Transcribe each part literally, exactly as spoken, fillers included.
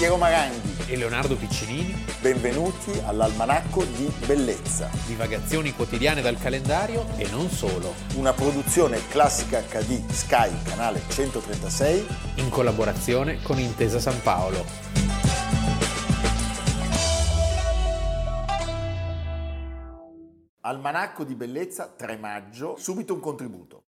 Piero Maranghi e Leonardo Piccinini. Benvenuti all'Almanacco di Bellezza. Divagazioni quotidiane dal calendario e non solo. Una produzione Classica acca di Sky, canale centotrentasei. In collaborazione con Intesa San Paolo. Almanacco di Bellezza, tre maggio. Subito un contributo.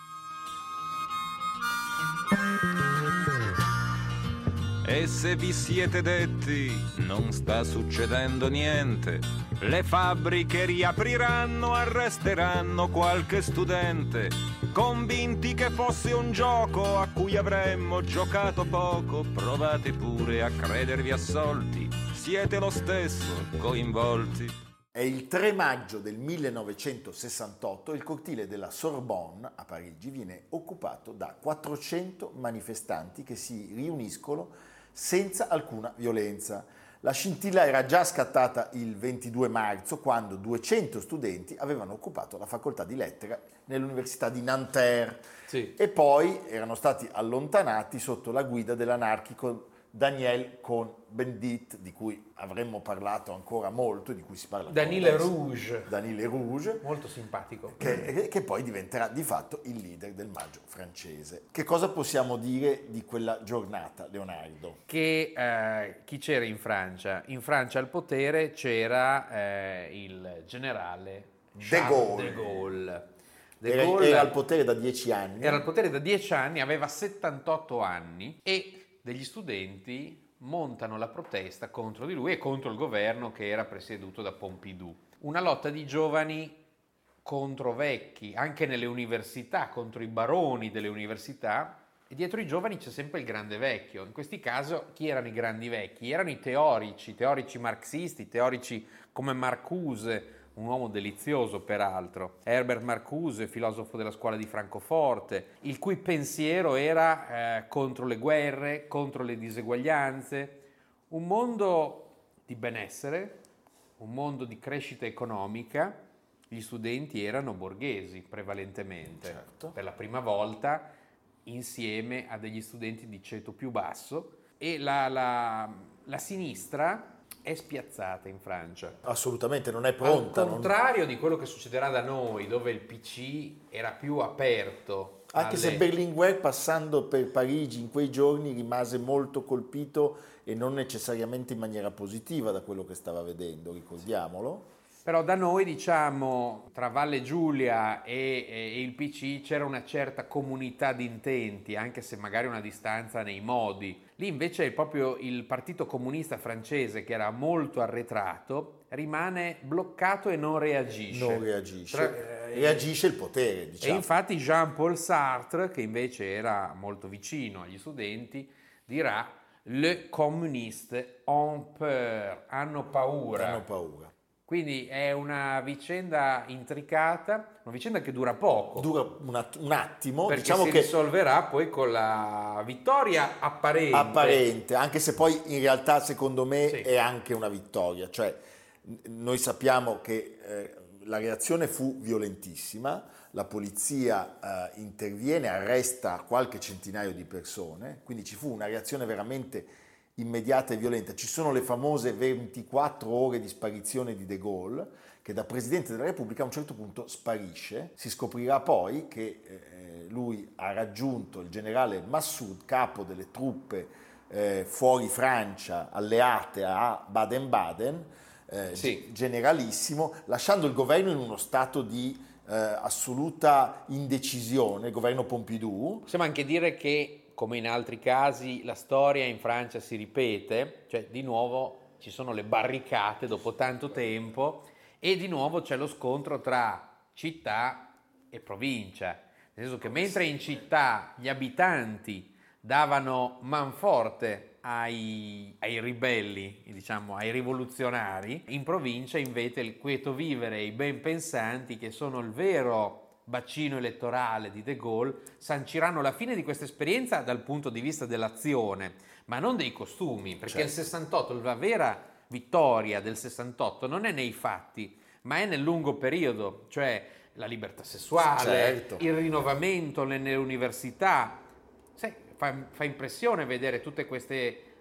E se vi siete detti non sta succedendo niente, le fabbriche riapriranno, arresteranno qualche studente, convinti che fosse un gioco a cui avremmo giocato poco, provate pure a credervi assolti, siete lo stesso coinvolti. È il tre maggio del millenovecentosessantotto, il cortile della Sorbonne a Parigi viene occupato da quattrocento manifestanti che si riuniscono senza alcuna violenza. La scintilla era già scattata il ventidue marzo, quando duecento studenti avevano occupato la facoltà di lettere nell'Università di Nanterre, sì. E poi erano stati allontanati sotto la guida dell'anarchico Daniel Cohn-Bendit, di cui avremmo parlato ancora molto, di cui si parla Daniele Rouge. Daniele Rouge, molto simpatico, che, che poi diventerà di fatto il leader del Maggio francese. Che cosa possiamo dire di quella giornata, Leonardo? Che eh, chi c'era in Francia? In Francia al potere c'era eh, il generale De Gaulle. De Gaulle. De Era, Gaulle era al potere da dieci anni. Era al potere da dieci anni, aveva settantotto anni e degli studenti montano la protesta contro di lui e contro il governo che era presieduto da Pompidou. Una lotta di giovani contro vecchi, anche nelle università, contro i baroni delle università, e dietro i giovani c'è sempre il grande vecchio. In questi casi chi erano i grandi vecchi? Erano i teorici, teorici marxisti, teorici come Marcuse, un uomo delizioso peraltro, Herbert Marcuse, filosofo della scuola di Francoforte, il cui pensiero era eh, contro le guerre, contro le diseguaglianze, un mondo di benessere, un mondo di crescita economica. Gli studenti erano borghesi prevalentemente, certo. Per la prima volta insieme a degli studenti di ceto più basso, e la, la, la sinistra è spiazzata in Francia. Assolutamente, non è pronta. Al contrario non... di quello che succederà da noi, dove il P C era più aperto. Anche alle... se Berlinguer, passando per Parigi in quei giorni, rimase molto colpito e non necessariamente in maniera positiva da quello che stava vedendo, ricordiamolo. Però da noi, diciamo, tra Valle Giulia e, e il P C c'era una certa comunità di intenti, anche se magari una distanza nei modi. Lì invece è proprio il Partito Comunista francese, che era molto arretrato, rimane bloccato e non reagisce. Non reagisce. Tra, eh, reagisce il potere, diciamo. E infatti Jean-Paul Sartre, che invece era molto vicino agli studenti, dirà «Le communiste ont peur», hanno paura. Hanno paura. Quindi è una vicenda intricata, una vicenda che dura poco. Dura un, un attimo. Perché diciamo si che risolverà poi con la vittoria apparente. Apparente, anche se poi in realtà secondo me sì. è anche una vittoria. Cioè, noi sappiamo che eh, la reazione fu violentissima, la polizia eh, interviene, arresta qualche centinaio di persone, quindi ci fu una reazione veramente immediata e violenta. Ci sono le famose ventiquattro ore di sparizione di De Gaulle, che da Presidente della Repubblica a un certo punto sparisce. Si scoprirà poi che eh, lui ha raggiunto il generale Massoud, capo delle truppe eh, fuori Francia, alleate a Baden-Baden, eh, sì. generalissimo, lasciando il governo in uno stato di eh, assoluta indecisione, il governo Pompidou. Possiamo anche dire che, come in altri casi, la storia in Francia si ripete, cioè di nuovo ci sono le barricate dopo tanto tempo e di nuovo c'è lo scontro tra città e provincia, nel senso che mentre in città gli abitanti davano manforte ai, ai ribelli, diciamo ai rivoluzionari, in provincia invece il quieto vivere e i ben pensanti, che sono il vero bacino elettorale di De Gaulle, sanciranno la fine di questa esperienza dal punto di vista dell'azione, ma non dei costumi, perché certo. il sessantotto, la vera vittoria del sessantotto non è nei fatti, ma è nel lungo periodo, cioè la libertà sessuale, certo. il rinnovamento nelle università. Sai, fa, fa impressione vedere tutte queste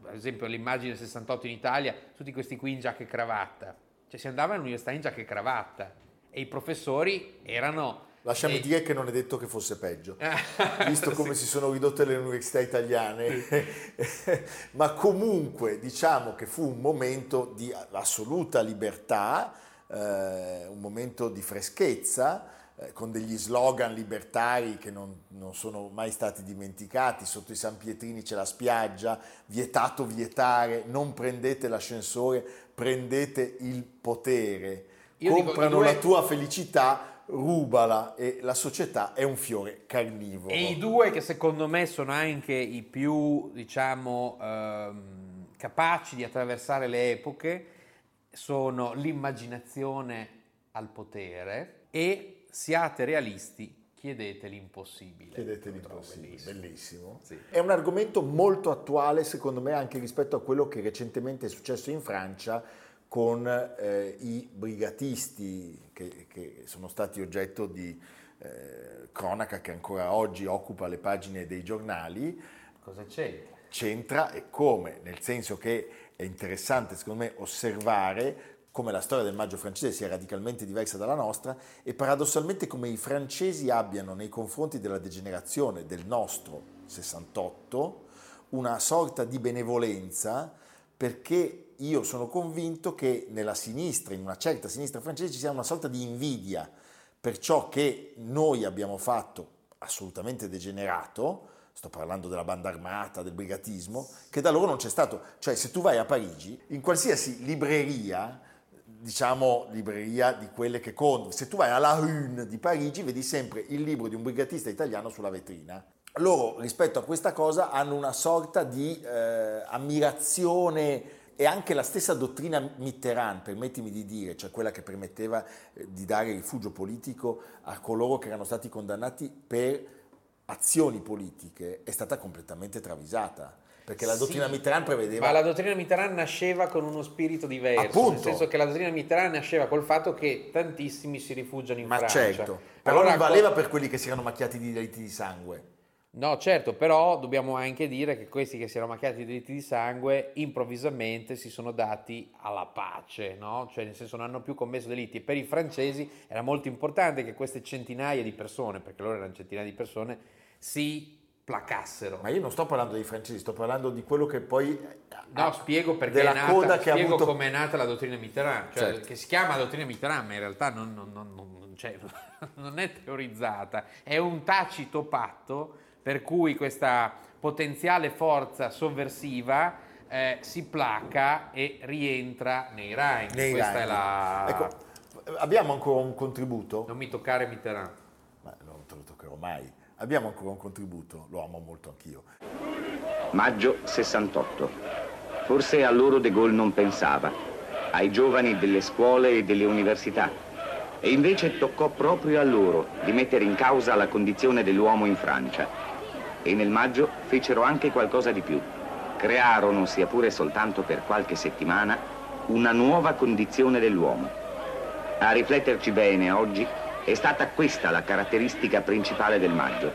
ad esempio l'immagine del sessantotto in Italia, tutti questi qui in giacca e cravatta, cioè si andava all'università in giacca e cravatta e i professori erano... Lasciami e... dire che non è detto che fosse peggio, visto come sì. si sono ridotte le università italiane, ma comunque diciamo che fu un momento di assoluta libertà, eh, un momento di freschezza, eh, con degli slogan libertari che non, non sono mai stati dimenticati. Sotto i San Pietrini c'è la spiaggia, vietato vietare, non prendete l'ascensore, prendete il potere, Io comprano dico, due... la tua felicità, rubala, e la società è un fiore carnivoro. E i due che secondo me sono anche i più, diciamo, ehm, capaci di attraversare le epoche sono l'immaginazione al potere e siate realisti, chiedete l'impossibile. Chiedete l'impossibile, bellissimo. bellissimo. Sì. È un argomento molto attuale secondo me anche rispetto a quello che recentemente è successo in Francia con eh, i brigatisti che, che sono stati oggetto di eh, cronaca che ancora oggi occupa le pagine dei giornali. Cosa c'entra? C'entra e come, nel senso che è interessante secondo me osservare come la storia del maggio francese sia radicalmente diversa dalla nostra e paradossalmente come i francesi abbiano nei confronti della degenerazione del nostro sessantotto una sorta di benevolenza, perché io sono convinto che nella sinistra, in una certa sinistra francese, ci sia una sorta di invidia per ciò che noi abbiamo fatto assolutamente degenerato. Sto parlando della banda armata, del brigatismo, che da loro non c'è stato. Cioè, se tu vai a Parigi, in qualsiasi libreria, diciamo libreria di quelle che contano, se tu vai alla Une di Parigi, vedi sempre il libro di un brigatista italiano sulla vetrina. Loro, rispetto a questa cosa, hanno una sorta di eh, ammirazione, e anche la stessa dottrina Mitterrand, permettimi di dire, cioè quella che permetteva eh, di dare rifugio politico a coloro che erano stati condannati per azioni politiche, è stata completamente travisata, perché la dottrina sì, Mitterrand prevedeva... Ma la dottrina Mitterrand nasceva con uno spirito diverso, appunto, nel senso che la dottrina Mitterrand nasceva col fatto che tantissimi si rifugiano in ma Francia. Ma certo, però allora, non valeva per quelli che si erano macchiati di delitti di sangue. No, certo, però dobbiamo anche dire che questi che si erano macchiati di delitti di sangue improvvisamente si sono dati alla pace, no? Cioè nel senso non hanno più commesso delitti. E per i francesi era molto importante che queste centinaia di persone, perché loro erano centinaia di persone, si placassero. Ma io non sto parlando dei francesi, sto parlando di quello che poi... No, spiego perché è nata, coda che spiego ha avuto... come è nata la dottrina Mitterrand, cioè certo. che si chiama dottrina Mitterrand, ma in realtà non, non, non, non, cioè, non è teorizzata, è un tacito patto per cui questa potenziale forza sovversiva eh, si placa e rientra nei rank. Nei Questa rank. è la... Ecco, abbiamo ancora un contributo? Non mi toccare Mitterrand. Ma non te lo toccherò mai. Abbiamo ancora un contributo, lo amo molto anch'io. Maggio sessantotto. Forse a loro De Gaulle non pensava, ai giovani delle scuole e delle università. E invece toccò proprio a loro di mettere in causa la condizione dell'uomo in Francia. E nel maggio fecero anche qualcosa di più. Crearono, sia pure soltanto per qualche settimana, una nuova condizione dell'uomo. A rifletterci bene oggi, è stata questa la caratteristica principale del maggio.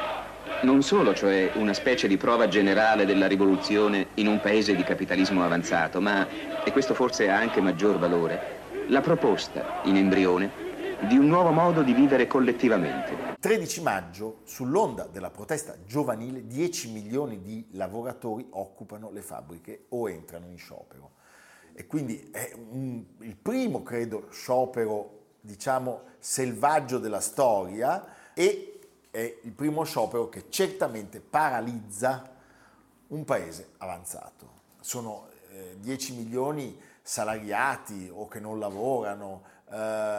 Non solo, cioè, una specie di prova generale della rivoluzione in un paese di capitalismo avanzato, ma, e questo forse ha anche maggior valore, la proposta, in embrione, di un nuovo modo di vivere collettivamente. tredici maggio, sull'onda della protesta giovanile, dieci milioni di lavoratori occupano le fabbriche o entrano in sciopero. E quindi è un, il primo, credo, sciopero, diciamo, selvaggio della storia, e è il primo sciopero che certamente paralizza un paese avanzato. Sono eh, dieci milioni salariati o che non lavorano. Uh,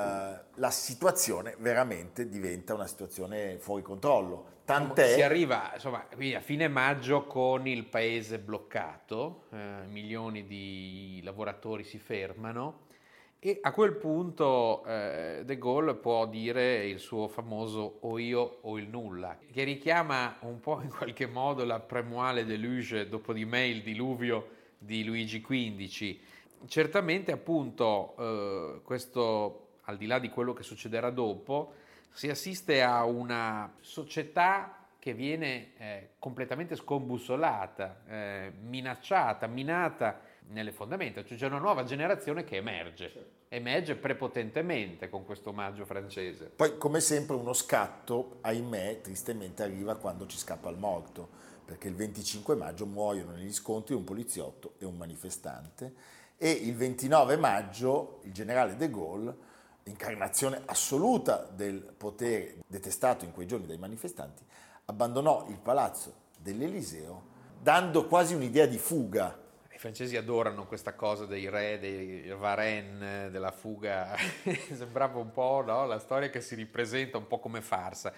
la situazione veramente diventa una situazione fuori controllo. Tant'è... Si arriva insomma qui a fine maggio con il paese bloccato, eh, milioni di lavoratori si fermano e a quel punto eh, De Gaulle può dire il suo famoso o io o il nulla, che richiama un po' in qualche modo la prémoile déluge, dopo di me il diluvio di Luigi quindici. Certamente appunto eh, questo, al di là di quello che succederà dopo, si assiste a una società che che viene eh, completamente scombussolata, eh, minacciata, minata nelle fondamenta, cioè c'è una nuova generazione che emerge, certo. emerge prepotentemente con questo omaggio francese. Poi, come sempre, uno scatto, ahimè, tristemente arriva quando ci scappa il morto, perché il venticinque maggio muoiono negli scontri un poliziotto e un manifestante, e il ventinove maggio il generale de Gaulle, incarnazione assoluta del potere detestato in quei giorni dai manifestanti, abbandonò il palazzo dell'Eliseo dando quasi un'idea di fuga. I francesi adorano questa cosa dei re, dei Varennes, della fuga, sembrava un po', no? La storia che si ripresenta un po' come farsa,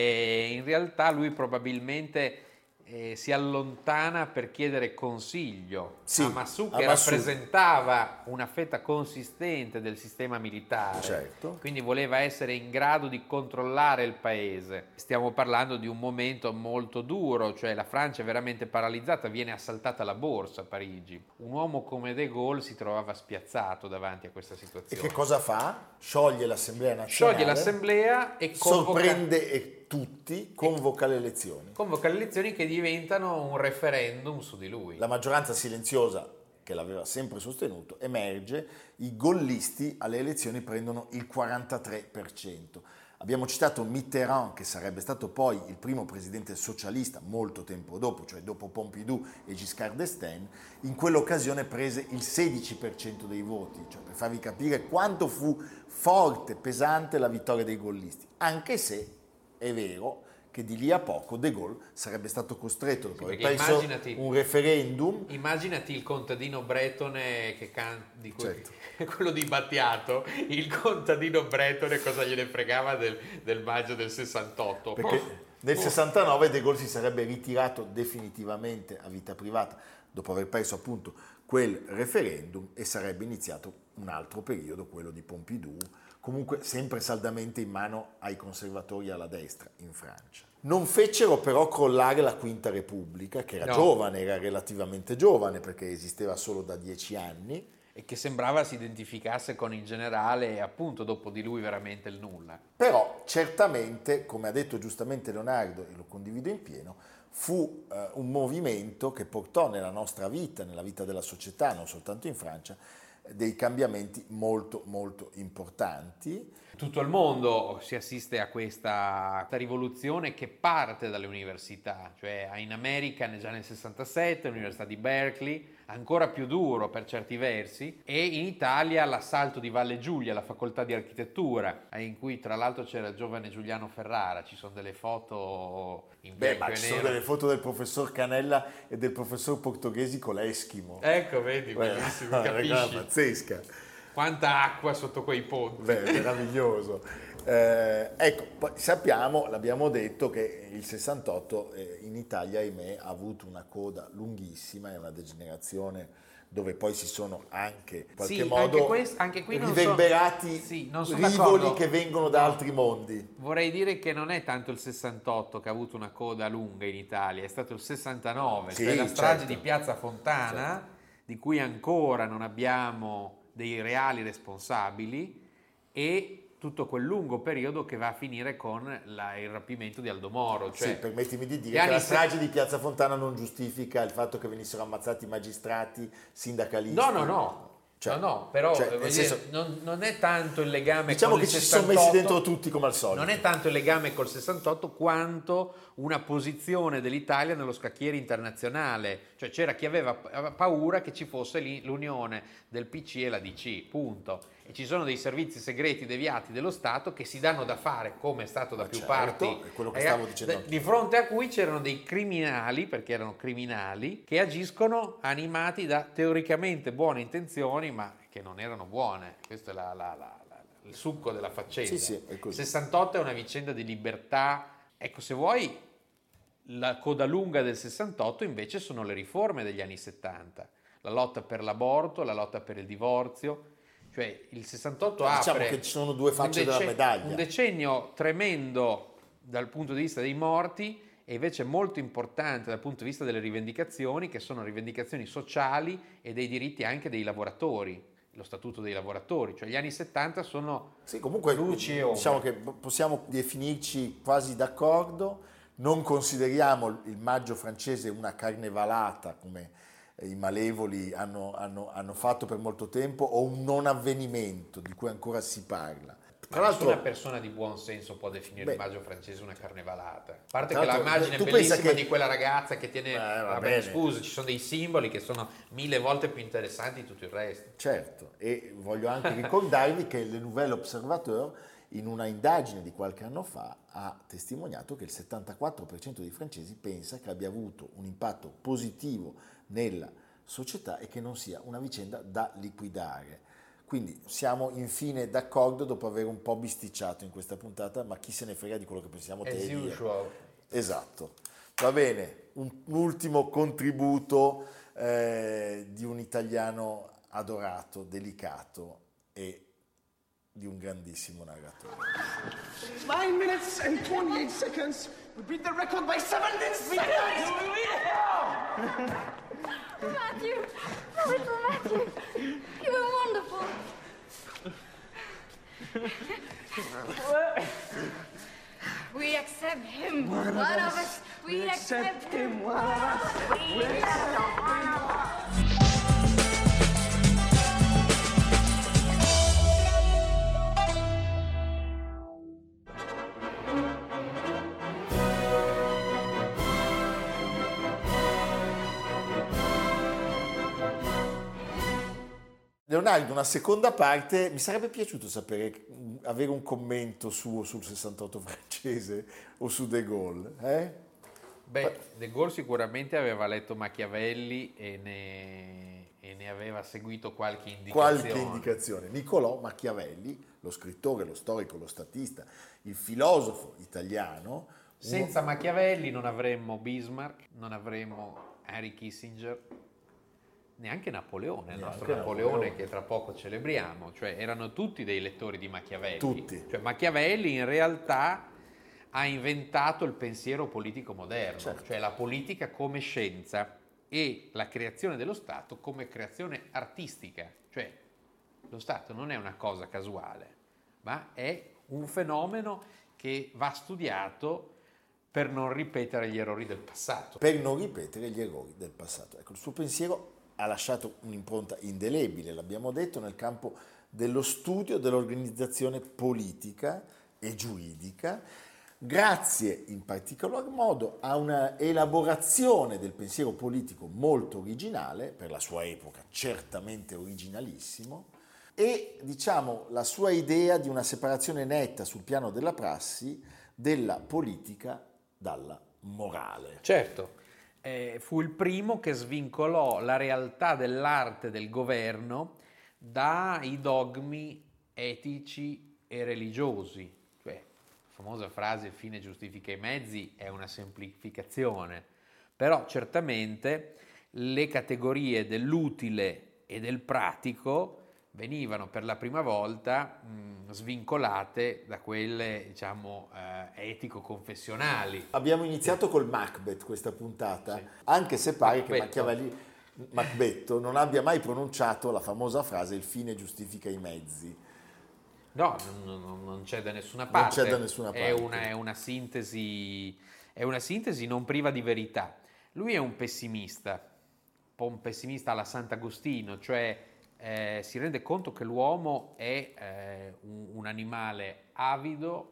e in realtà lui probabilmente eh, si allontana per chiedere consiglio sì, a Massu, che a Massu. rappresentava una fetta consistente del sistema militare, certo. quindi voleva essere in grado di controllare il paese. Stiamo parlando di un momento molto duro, cioè la Francia è veramente paralizzata, viene assaltata la borsa a Parigi. Un uomo come de Gaulle si trovava spiazzato davanti a questa situazione. E che cosa fa? Scioglie l'Assemblea nazionale, scioglie l'Assemblea e convoca... sorprende tutti, convoca le elezioni. Convoca le elezioni che diventano un referendum su di lui. La maggioranza silenziosa, che l'aveva sempre sostenuto, emerge, i gollisti alle elezioni prendono il quarantatré per cento. Abbiamo citato Mitterrand, che sarebbe stato poi il primo presidente socialista molto tempo dopo, cioè dopo Pompidou e Giscard d'Estaing, in quell'occasione prese il sedici per cento dei voti, cioè per farvi capire quanto fu forte, pesante la vittoria dei gollisti, anche se è vero che di lì a poco de Gaulle sarebbe stato costretto, dopo sì, aver perso un referendum. Immaginati il contadino bretone che can... di cui... certo. quello di Battiato, il contadino bretone cosa gliene fregava del, del maggio del sessantotto. Perché oh. nel oh. sessantanove de Gaulle si sarebbe ritirato definitivamente a vita privata dopo aver perso appunto quel referendum, e sarebbe iniziato un altro periodo, quello di Pompidou, comunque sempre saldamente in mano ai conservatori alla destra in Francia. Non fecero però crollare la Quinta Repubblica, che era no. giovane, era relativamente giovane perché esisteva solo da dieci anni. E che sembrava si identificasse con il generale e appunto dopo di lui veramente il nulla. Però certamente, come ha detto giustamente Leonardo, e lo condivido in pieno, fu eh, un movimento che portò nella nostra vita, nella vita della società, non soltanto in Francia, dei cambiamenti molto molto importanti. Tutto il mondo si assiste a questa rivoluzione che parte dalle università, cioè in America già nel sessantasette, l'Università di Berkeley, ancora più duro per certi versi, e in Italia l'assalto di Valle Giulia, la facoltà di architettura, in cui tra l'altro c'era il giovane Giuliano Ferrara, ci sono delle foto in bianco Beh, ma e ci nero. sono delle foto del professor Canella e del professor Portoghesi con l'Eskimo. Ecco, vedi, bellissimo, capisci? Pazzesca. Quanta acqua sotto quei ponti. Beh, meraviglioso. Eh, ecco, poi sappiamo, l'abbiamo detto, che il sessantotto eh, in Italia, ahimè, ha avuto una coda lunghissima e una degenerazione dove poi si sono anche in qualche sì, modo anche quest, anche qui riverberati non so, sì, non rivoli d'accordo. che vengono da altri mondi. Vorrei dire che non è tanto il sessantotto che ha avuto una coda lunga in Italia, è stato il sessantanove, sì, cioè la strage certo. di Piazza Fontana, certo. di cui ancora non abbiamo dei reali responsabili, e tutto quel lungo periodo che va a finire con la, il rapimento di Aldo Moro. Cioè, sì, permettimi di dire che la strage se... di Piazza Fontana non giustifica il fatto che venissero ammazzati magistrati, sindacalisti. No, no, no. Cioè, no, no, però cioè, dire, senso, non, non è tanto il legame diciamo con che il ci sessantotto, sono messi dentro tutti come al solito. Non è tanto il legame col sessantotto quanto una posizione dell'Italia nello scacchiere internazionale, cioè c'era chi aveva paura che ci fosse lì l'unione del P C e la D C, punto. E ci sono dei servizi segreti deviati dello Stato che si danno da fare, come è stato da Ma più certo, parti, è quello che stavo dicendo di fronte a cui c'erano dei criminali, perché erano criminali, che agiscono animati da teoricamente buone intenzioni, ma che non erano buone. Questo è la, la, la, la, il succo della faccenda. Sì, sì, è così. Il sessantotto è una vicenda di libertà. Ecco, se vuoi, la coda lunga del sessantotto invece sono le riforme degli anni settanta, la lotta per l'aborto, la lotta per il divorzio. Cioè il sessantotto diciamo apre che ci sono due facce della medaglia. Un decennio tremendo dal punto di vista dei morti, e invece molto importante dal punto di vista delle rivendicazioni, che sono rivendicazioni sociali e dei diritti anche dei lavoratori, lo statuto dei lavoratori. Cioè gli anni settanta sono sì, comunque luci e ombre. Diciamo che possiamo definirci quasi d'accordo non consideriamo il maggio francese una carnevalata come i malevoli hanno, hanno, hanno fatto per molto tempo, o un non avvenimento di cui ancora si parla. Tra l'altro, nessuna persona di buon senso può definire beh, il maggio francese una carnevalata. A parte che l'immagine è bellissima che... di quella ragazza che tiene... Eh, vabbè, scusa, ci sono dei simboli che sono mille volte più interessanti di tutto il resto. Certo, e voglio anche ricordarvi che Le Nouvel Observateur, in una indagine di qualche anno fa, ha testimoniato che il settantaquattro per cento dei francesi pensa che abbia avuto un impatto positivo nella società e che non sia una vicenda da liquidare. Quindi siamo infine d'accordo dopo aver un po' bisticciato in questa puntata, ma chi se ne frega di quello che pensiamo te e io. Esatto. Va bene, un ultimo contributo eh, di un italiano adorato, delicato e di un grandissimo narratore. Nine minutes and twenty-eight seconds. We beat the record by seventeen seconds. Matthew, my little Matthew, you were wonderful. We accept him, one, one of us. us. We, we accept, accept him, one of us. We accept one of us. Leonardo, una seconda parte, mi sarebbe piaciuto sapere, avere un commento suo sul sessantotto francese o su De Gaulle. Eh? Beh, De Gaulle sicuramente aveva letto Machiavelli e ne, e ne aveva seguito qualche indicazione. Qualche indicazione. Niccolò Machiavelli, lo scrittore, lo storico, lo statista, il filosofo italiano. Senza uno... Machiavelli non avremmo Bismarck, non avremmo Henry Kissinger, neanche Napoleone, il nostro Napoleone, Napoleone che tra poco celebriamo, cioè erano tutti dei lettori di Machiavelli. Tutti. Cioè Machiavelli in realtà ha inventato il pensiero politico moderno, certo. Cioè la politica come scienza e la creazione dello Stato come creazione artistica. Cioè lo Stato non è una cosa casuale, ma è un fenomeno che va studiato per non ripetere gli errori del passato. Per non ripetere gli errori del passato. Ecco, il suo pensiero ha lasciato un'impronta indelebile, l'abbiamo detto, nel campo dello studio dell'organizzazione politica e giuridica, grazie in particolar modo a una elaborazione del pensiero politico molto originale, per la sua epoca certamente originalissimo, e diciamo la sua idea di una separazione netta sul piano della prassi della politica dalla morale. Certo. Eh, fu il primo che svincolò la realtà dell'arte del governo dai dogmi etici e religiosi. Cioè, la famosa frase "il fine giustifica i mezzi" è una semplificazione, però certamente le categorie dell'utile e del pratico venivano per la prima volta mh, svincolate da quelle, diciamo, eh, etico-confessionali. Abbiamo iniziato col Macbeth questa puntata, sì. Anche se pare Macbetto. che Machiavelli, Macbetto non abbia mai pronunciato la famosa frase "il fine giustifica i mezzi". No, non, non c'è da nessuna parte. Non c'è da nessuna parte. È una, è una sintesi, è una sintesi non priva di verità. Lui è un pessimista, un po' un pessimista alla Sant'Agostino, cioè Eh, si rende conto che l'uomo è eh, un, un animale avido,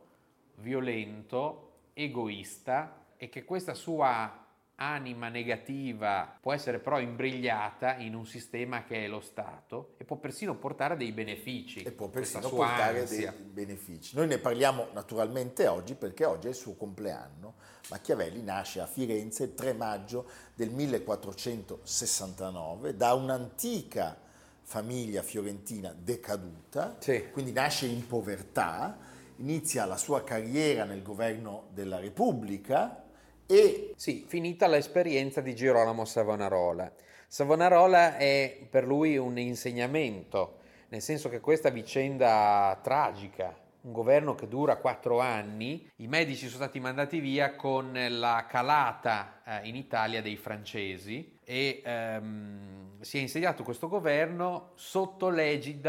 violento, egoista e che questa sua anima negativa può essere però imbrigliata in un sistema che è lo Stato e può persino portare dei benefici. E può persino portare ansia. dei benefici. Noi ne parliamo naturalmente oggi perché oggi è il suo compleanno. Machiavelli nasce a Firenze il tre maggio del millequattrocentosessantanove da un'antica famiglia fiorentina decaduta, sì. Quindi nasce in povertà, inizia la sua carriera nel governo della Repubblica e... Sì, finita l'esperienza di Girolamo Savonarola. Savonarola è per lui un insegnamento, nel senso che questa vicenda tragica, un governo che dura quattro anni, i medici sono stati mandati via con la calata eh, in Italia dei francesi e ehm, si è insediato questo governo sotto l'egida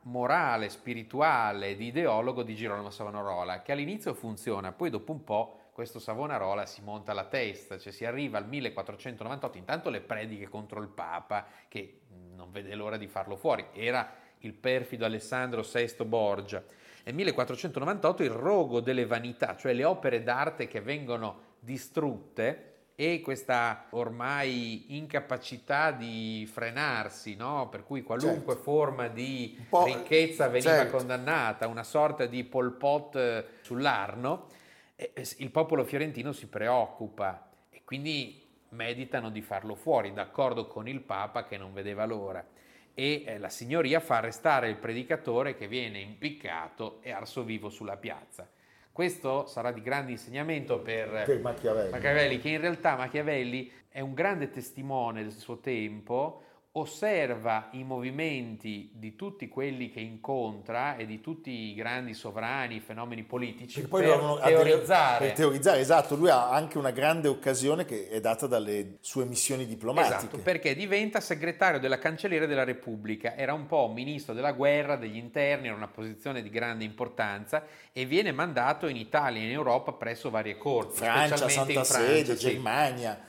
morale, spirituale, di ideologo di Girolamo Savonarola, che all'inizio funziona, poi dopo un po' questo Savonarola si monta la testa, cioè si arriva al millequattrocentonovantotto, intanto le prediche contro il Papa, che non vede l'ora di farlo fuori, era il perfido Alessandro sesto Borgia. Nel millequattrocentonovantotto il rogo delle vanità, cioè le opere d'arte che vengono distrutte, e questa ormai incapacità di frenarsi, no? Per cui qualunque certo. forma di po', ricchezza veniva certo. condannata, una sorta di Pol Pot sull'Arno, e il popolo fiorentino si preoccupa e quindi meditano di farlo fuori, d'accordo con il Papa che non vedeva l'ora, e eh, la signoria fa arrestare il predicatore, che viene impiccato e arso vivo sulla piazza. Questo sarà di grande insegnamento per, per Machiavelli. Machiavelli, che in realtà Machiavelli è un grande testimone del suo tempo, osserva i movimenti di tutti quelli che incontra e di tutti i grandi sovrani, fenomeni politici, Perché poi per lo- teorizzare. Per teorizzare, esatto. Lui ha anche una grande occasione che è data dalle sue missioni diplomatiche. Esatto, perché diventa segretario della Cancelleria della Repubblica, era un po' ministro della guerra, degli interni, era una posizione di grande importanza, e viene mandato in Italia e in Europa presso varie corti, Francia, specialmente Santa in Francia, Sede, sì. Germania.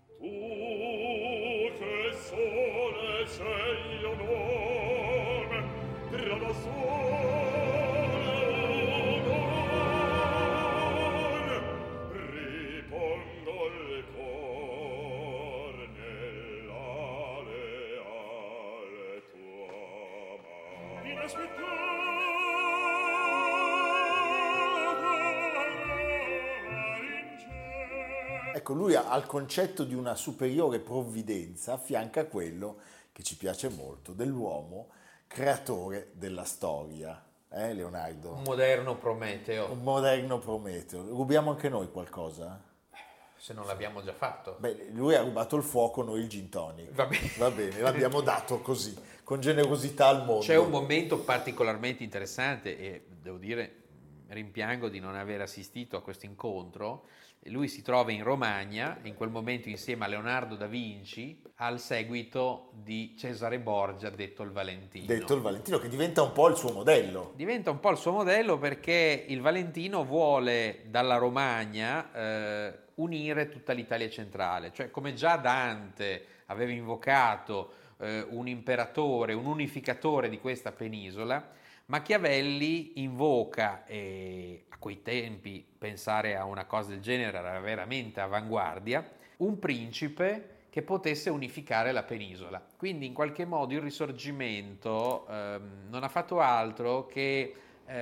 Ecco, lui al concetto di una superiore provvidenza affianca quello che ci piace molto, dell'uomo creatore della storia, eh Leonardo? Un moderno Prometeo. Un moderno Prometeo. Rubiamo anche noi qualcosa? Se non l'abbiamo già fatto. Beh, lui ha rubato il fuoco, noi il gin tonic. Va bene. Va bene, l'abbiamo dato così, con generosità al mondo. C'è un momento particolarmente interessante e devo dire, rimpiango di non aver assistito a questo incontro. Lui si trova in Romagna, in quel momento insieme a Leonardo da Vinci, al seguito di Cesare Borgia, detto il Valentino. Detto il Valentino, che diventa un po' il suo modello. Diventa un po' il suo modello perché il Valentino vuole dalla Romagna eh, unire tutta l'Italia centrale, cioè come già Dante aveva invocato eh, un imperatore, un unificatore di questa penisola, Machiavelli invoca, e a quei tempi pensare a una cosa del genere era veramente avanguardia, un principe che potesse unificare la penisola. Quindi in qualche modo il Risorgimento ehm, non ha fatto altro che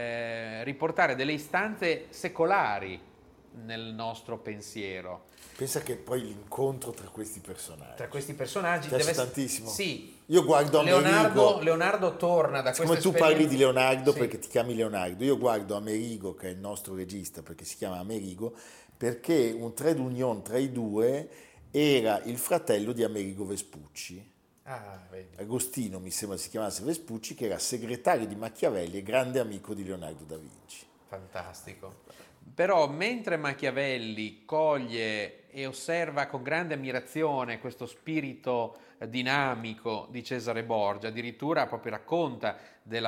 eh, riportare delle istanze secolari nel nostro pensiero. Pensa che poi l'incontro tra questi personaggi. Tra questi personaggi piace deve tantissimo. Sì. Io guardo Leonardo, Amerigo. Leonardo torna da Siccome questa tu parli di esperienza- Leonardo Sì. perché ti chiami Leonardo, io guardo Amerigo, che è il nostro regista perché si chiama Amerigo, perché un trade union tra i due era il fratello di Amerigo Vespucci. Ah, vedi. Agostino, mi sembra si chiamasse Vespucci, che era segretario di Machiavelli e grande amico di Leonardo da Vinci. Fantastico. Però mentre Machiavelli coglie e osserva con grande ammirazione questo spirito eh, dinamico di Cesare Borgia, addirittura proprio racconta della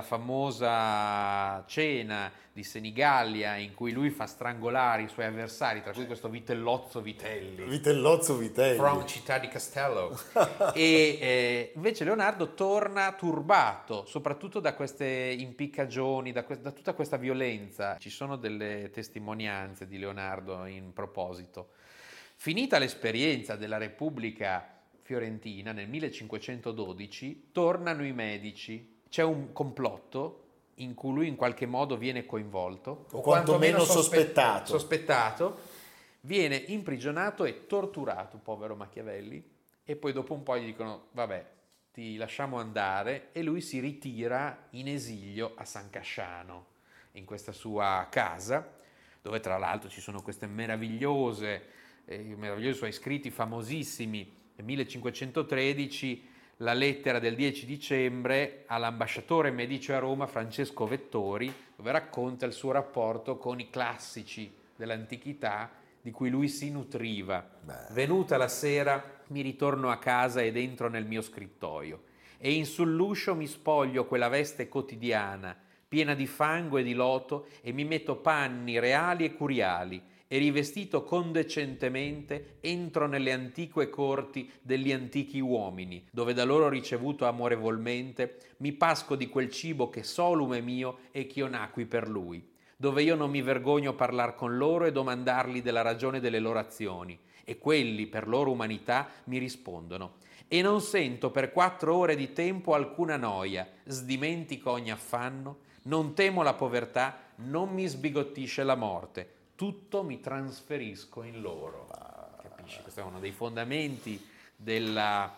famosa cena di Senigallia in cui lui fa strangolare i suoi avversari, tra cui questo Vitellozzo Vitelli. Vitellozzo Vitelli. From Città di Castello. E eh, invece Leonardo torna turbato, soprattutto da queste impiccagioni, da, que- da tutta questa violenza. Ci sono delle testimonianze di Leonardo in proposito. Finita l'esperienza della Repubblica Fiorentina nel millecinquecentododici, tornano i Medici. C'è un complotto in cui lui in qualche modo viene coinvolto, O quantomeno sospe- sospettato. sospettato, viene imprigionato e torturato, povero Machiavelli, e poi dopo un po' gli dicono vabbè, ti lasciamo andare, e lui si ritira in esilio a San Casciano, in questa sua casa, dove tra l'altro ci sono queste meravigliose, eh, meravigliosi suoi scritti famosissimi. Nel millecinquecentotredici la lettera del dieci dicembre all'ambasciatore Medici a Roma Francesco Vettori, dove racconta il suo rapporto con i classici dell'antichità di cui lui si nutriva. Beh. Venuta la sera mi ritorno a casa ed entro nel mio scrittoio e in sull'uscio mi spoglio quella veste quotidiana, piena di fango e di loto, e mi metto panni reali e curiali, e rivestito condecentemente entro nelle antiche corti degli antichi uomini, dove da loro ricevuto amorevolmente mi pasco di quel cibo che solum è mio e ch'io nacqui per lui, dove io non mi vergogno parlar con loro e domandarli della ragione delle loro azioni, e quelli per loro umanità mi rispondono, e non sento per quattro ore di tempo alcuna noia, sdimentico ogni affanno, non temo la povertà, non mi sbigottisce la morte, tutto mi trasferisco in loro. Capisci? Questo è uno dei fondamenti della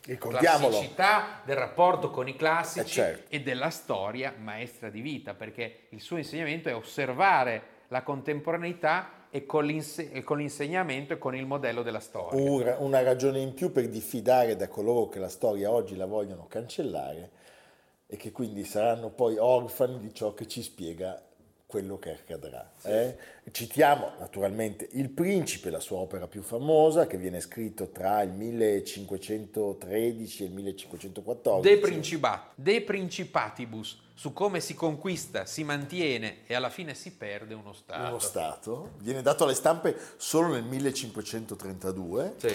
classicità, del rapporto con i classici, eh certo. e della storia maestra di vita, perché il suo insegnamento è osservare la contemporaneità e con, l'inse- e con l'insegnamento e con il modello della storia. Una, una ragione in più per diffidare da coloro che la storia oggi la vogliono cancellare, e che quindi saranno poi orfani di ciò che ci spiega quello che accadrà. Sì. Eh? Citiamo naturalmente Il Principe, la sua opera più famosa, che viene scritto tra il millecinquecentotredici e il millecinquecentoquattordici. De Principat, De Principatibus, su come si conquista, si mantiene e alla fine si perde uno Stato. Uno Stato, viene dato alle stampe solo nel millecinquecentotrentadue, sì.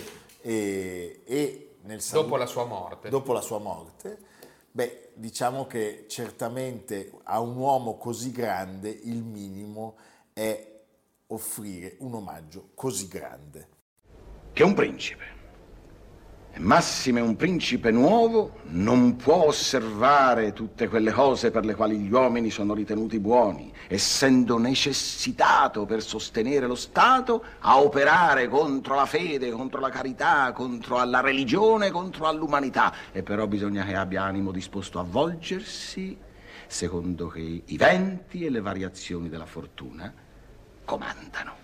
e, e nel dopo la sua morte. Dopo la sua morte. Beh, diciamo che certamente a un uomo così grande il minimo è offrire un omaggio così grande. Che un principe, e massime un principe nuovo, non può osservare tutte quelle cose per le quali gli uomini sono ritenuti buoni, essendo necessitato per sostenere lo Stato a operare contro la fede, contro la carità, contro la religione, contro all'umanità. E però bisogna che abbia animo disposto a volgersi secondo che i venti e le variazioni della fortuna comandano,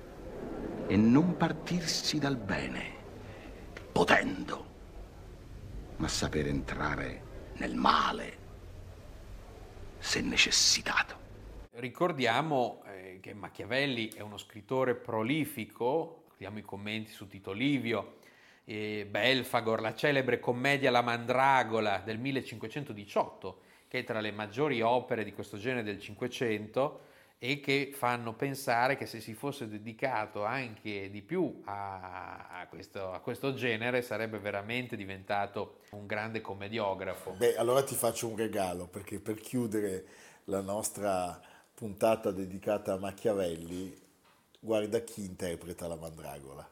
e non partirsi dal bene potendo, ma saper entrare nel male se necessitato. Ricordiamo eh, che Machiavelli è uno scrittore prolifico, vediamo i commenti su Tito Livio, eh, Belfagor, la celebre commedia La Mandragola del millecinquecentodiciotto, che è tra le maggiori opere di questo genere del Cinquecento, e che fanno pensare che se si fosse dedicato anche di più a, a, questo, a questo genere sarebbe veramente diventato un grande commediografo. Beh, allora ti faccio un regalo, perché per chiudere la nostra puntata dedicata a Machiavelli, guarda chi interpreta la Mandragola.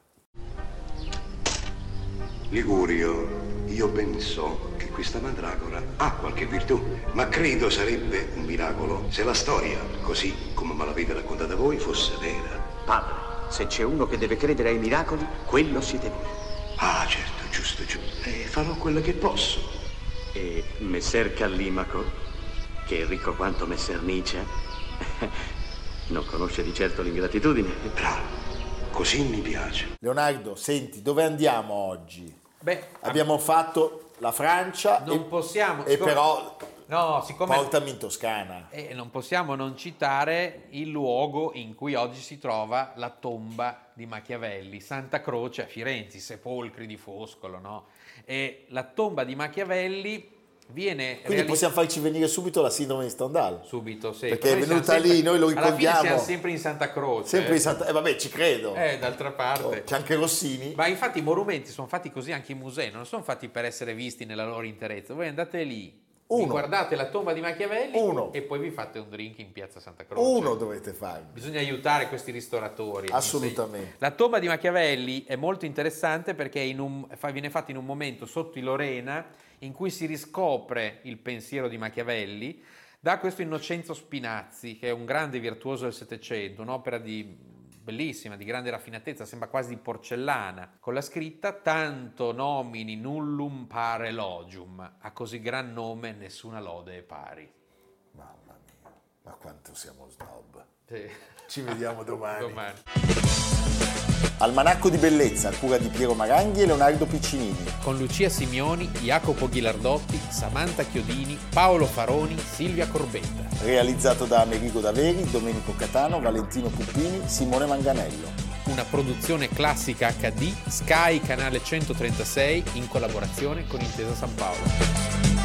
Ligurio, io ben so che questa mandragora ha qualche virtù, ma credo sarebbe un miracolo se la storia, così come me l'avete raccontata voi, fosse vera. Padre, se c'è uno che deve credere ai miracoli, quello siete voi. Ah, certo, giusto, giusto. E farò quello che posso. E Messer Callimaco, che è ricco quanto Messer Nietzsche, non conosce di certo l'ingratitudine. Bravo. Così mi piace. Leonardo, senti, dove andiamo oggi? Beh, abbiamo fatto la Francia non e, possiamo, e siccome, però no, siccome, portami in Toscana. E non possiamo non citare il luogo in cui oggi si trova la tomba di Machiavelli, Santa Croce a Firenze, i sepolcri di Foscolo, no? E la tomba di Machiavelli viene quindi realizz- possiamo farci venire subito la sindrome di Stendhal, subito, sì, perché è venuta sempre, lì, noi lo ricordiamo, alla fine siamo ricordiamo sempre in Santa Croce, sempre eh. in Santa, eh vabbè, ci credo, eh d'altra parte, oh, c'è anche Rossini, ma infatti i monumenti sono fatti così, anche i musei non sono fatti per essere visti nella loro interezza. Voi andate lì, vi guardate la tomba di Machiavelli, uno. e poi vi fate un drink in piazza Santa Croce. Uno dovete fare. Bisogna aiutare questi ristoratori. Assolutamente. La tomba di Machiavelli è molto interessante perché in un, viene fatta in un momento sotto i Lorena in cui si riscopre il pensiero di Machiavelli da questo Innocenzo Spinazzi, che è un grande virtuoso del Settecento, un'opera di, bellissima, di grande raffinatezza, sembra quasi di porcellana, con la scritta «Tanto nomini nullum par elogium, a così gran nome nessuna lode è pari». Mamma mia, ma quanto siamo snob. Sì. Ci vediamo domani. domani. Almanacco di bellezza, a cura di Piero Maranghi e Leonardo Piccinini. Con Lucia Simioni, Jacopo Ghilardotti, Samantha Chiodini, Paolo Faroni, Silvia Corbetta. Realizzato da Amerigo Daveri, Domenico Catano, Valentino Puppini, Simone Manganello. Una produzione Classica acca di, Sky Canale centotrentasei, in collaborazione con Intesa San Paolo.